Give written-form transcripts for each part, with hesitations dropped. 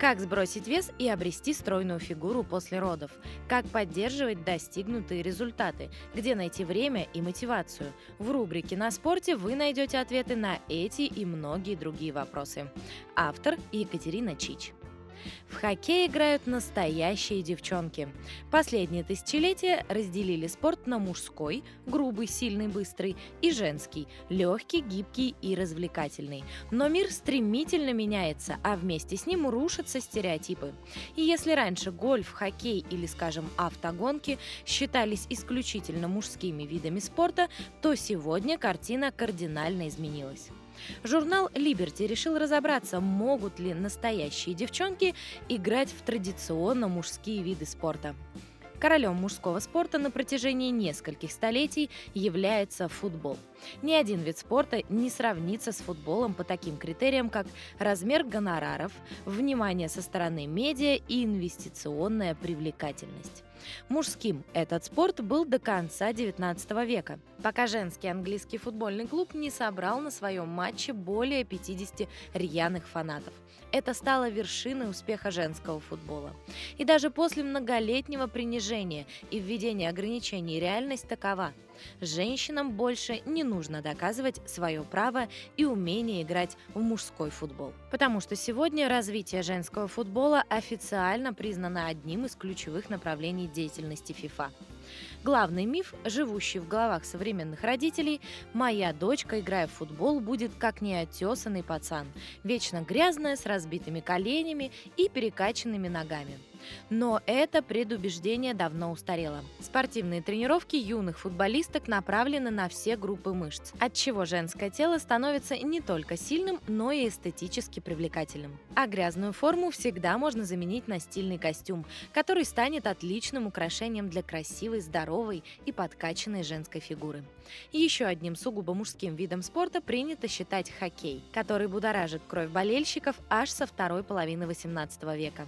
Как сбросить вес и обрести стройную фигуру после родов? Как поддерживать достигнутые результаты? Где найти время и мотивацию? В рубрике «На спорте» вы найдете ответы на эти и многие другие вопросы. Автор Екатерина Чич. В хоккей играют настоящие девчонки. Последние тысячелетия разделили спорт на мужской, грубый, сильный, быстрый, и женский, легкий, гибкий и развлекательный. Но мир стремительно меняется, а вместе с ним рушатся стереотипы. И если раньше гольф, хоккей или, скажем, автогонки считались исключительно мужскими видами спорта, то сегодня картина кардинально изменилась. Журнал Liberty решил разобраться, могут ли настоящие девчонки играть в традиционно мужские виды спорта. Королем мужского спорта на протяжении нескольких столетий является футбол. Ни один вид спорта не сравнится с футболом по таким критериям, как размер гонораров, внимание со стороны медиа и инвестиционная привлекательность. Мужским этот спорт был до конца XIX века, пока женский английский футбольный клуб не собрал на своем матче более 50 рьяных фанатов. Это стало вершиной успеха женского футбола. И даже после многолетнего принижения и введения ограничений реальность такова: женщинам больше не нужно доказывать свое право и умение играть в мужской футбол. Потому что сегодня развитие женского футбола официально признано одним из ключевых направлений деятельности ФИФА. Главный миф, живущий в головах современных родителей: «Моя дочка, играя в футбол, будет как неотесанный пацан, вечно грязная, с разбитыми коленями и перекачанными ногами». Но это предубеждение давно устарело. Спортивные тренировки юных футболисток направлены на все группы мышц, отчего женское тело становится не только сильным, но и эстетически привлекательным. А грязную форму всегда можно заменить на стильный костюм, который станет отличным украшением для красивой, здоровой и подкачанной женской фигуры. Еще одним сугубо мужским видом спорта принято считать хоккей, который будоражит кровь болельщиков аж со второй половины XVIII века.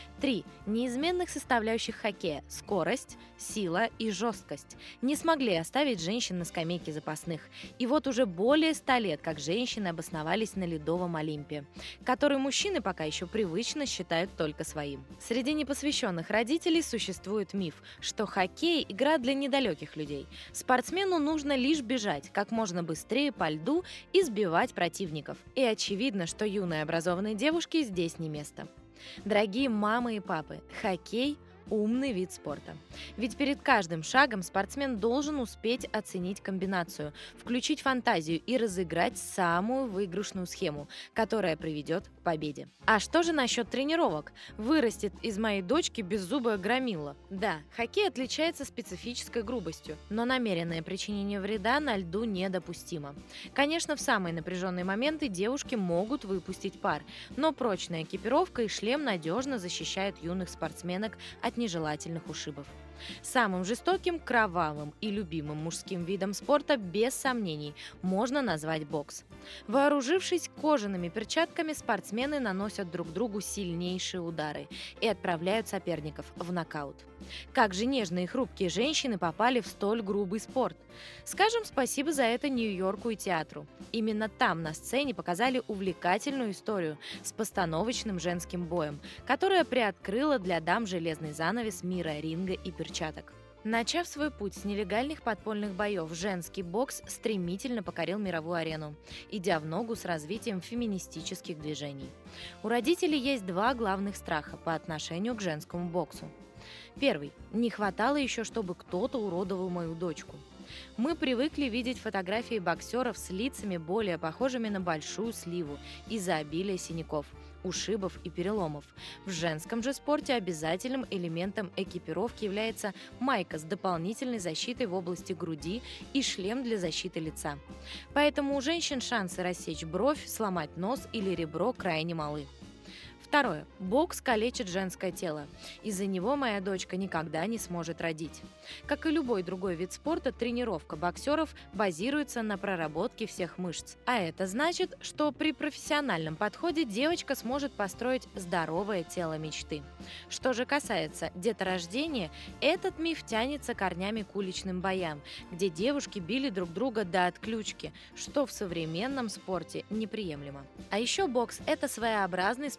3 неизменных составляющих хоккея – скорость, сила и жесткость – не смогли оставить женщин на скамейке запасных. И вот уже более 100 лет, как женщины обосновались на ледовом Олимпе, который мужчины пока еще привычно считают только своим. Среди непосвященных родителей существует миф, что хоккей – игра для недалеких людей. Спортсмену нужно лишь бежать как можно быстрее по льду и сбивать противников. И очевидно, что юной образованной девушке здесь не место. Дорогие мамы и папы, хоккей – умный вид спорта. Ведь перед каждым шагом спортсмен должен успеть оценить комбинацию, включить фантазию и разыграть самую выигрышную схему, которая приведет к победе. А что же насчет тренировок? Вырастет из моей дочки беззубая громила. Да, хоккей отличается специфической грубостью, но намеренное причинение вреда на льду недопустимо. Конечно, в самые напряженные моменты девушки могут выпустить пар, но прочная экипировка и шлем надежно защищают юных спортсменок от нежелательных ушибов. Самым жестоким, кровавым и любимым мужским видом спорта, без сомнений, можно назвать бокс. Вооружившись кожаными перчатками, спортсмены наносят друг другу сильнейшие удары и отправляют соперников в нокаут. Как же нежные и хрупкие женщины попали в столь грубый спорт? Скажем спасибо за это Нью-Йорку и театру. Именно там на сцене показали увлекательную историю с постановочным женским боем, которая приоткрыла для дам железный занавес мира ринга и перчаток. Начав свой путь с нелегальных подпольных боев, женский бокс стремительно покорил мировую арену, идя в ногу с развитием феминистических движений. У родителей есть два главных страха по отношению к женскому боксу. Первый. Не хватало еще, чтобы кто-то уродовал мою дочку. Мы привыкли видеть фотографии боксеров с лицами, более похожими на большую сливу, из-за обилия синяков, ушибов и переломов. В женском же спорте обязательным элементом экипировки является майка с дополнительной защитой в области груди и шлем для защиты лица. Поэтому у женщин шансы рассечь бровь, сломать нос или ребро крайне малы. Второе. Бокс калечит женское тело. Из-за него моя дочка никогда не сможет родить. Как и любой другой вид спорта, тренировка боксеров базируется на проработке всех мышц. А это значит, что при профессиональном подходе девочка сможет построить здоровое тело мечты. Что же касается деторождения, этот миф тянется корнями к уличным боям, где девушки били друг друга до отключки, что в современном спорте неприемлемо. А еще бокс – это своеобразный способ для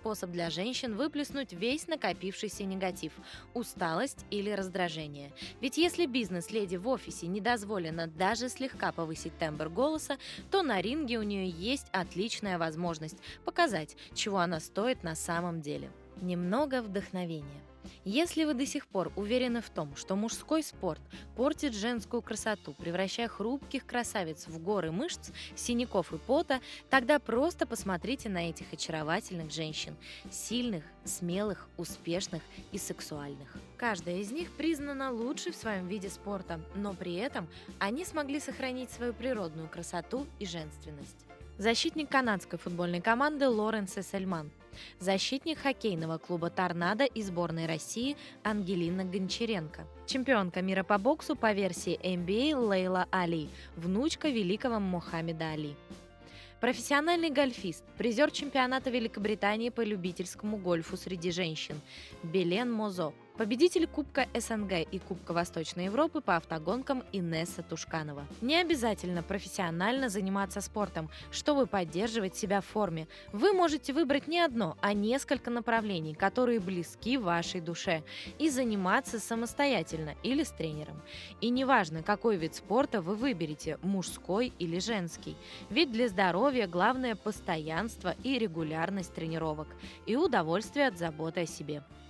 для женщин выплеснуть весь накопившийся негатив, усталость или раздражение. Ведь если бизнес-леди в офисе не дозволено даже слегка повысить тембр голоса, то на ринге у нее есть отличная возможность показать, чего она стоит на самом деле. Немного вдохновения. Если вы до сих пор уверены в том, что мужской спорт портит женскую красоту, превращая хрупких красавиц в горы мышц, синяков и пота, тогда просто посмотрите на этих очаровательных женщин – сильных, смелых, успешных и сексуальных. Каждая из них признана лучшей в своем виде спорта, но при этом они смогли сохранить свою природную красоту и женственность. Защитник канадской футбольной команды Лоренс Эссельман. Защитник хоккейного клуба «Торнадо» и сборной России Ангелина Гончаренко. Чемпионка мира по боксу по версии NBA Лейла Али, внучка великого Мохаммеда Али. Профессиональный гольфист, призер чемпионата Великобритании по любительскому гольфу среди женщин Белен Мозо. Победитель Кубка СНГ и Кубка Восточной Европы по автогонкам Инесса Тушканова. Не обязательно профессионально заниматься спортом, чтобы поддерживать себя в форме. Вы можете выбрать не одно, а несколько направлений, которые близки вашей душе, и заниматься самостоятельно или с тренером. И неважно, какой вид спорта вы выберете, мужской или женский. Ведь для здоровья главное постоянство и регулярность тренировок, и удовольствие от заботы о себе.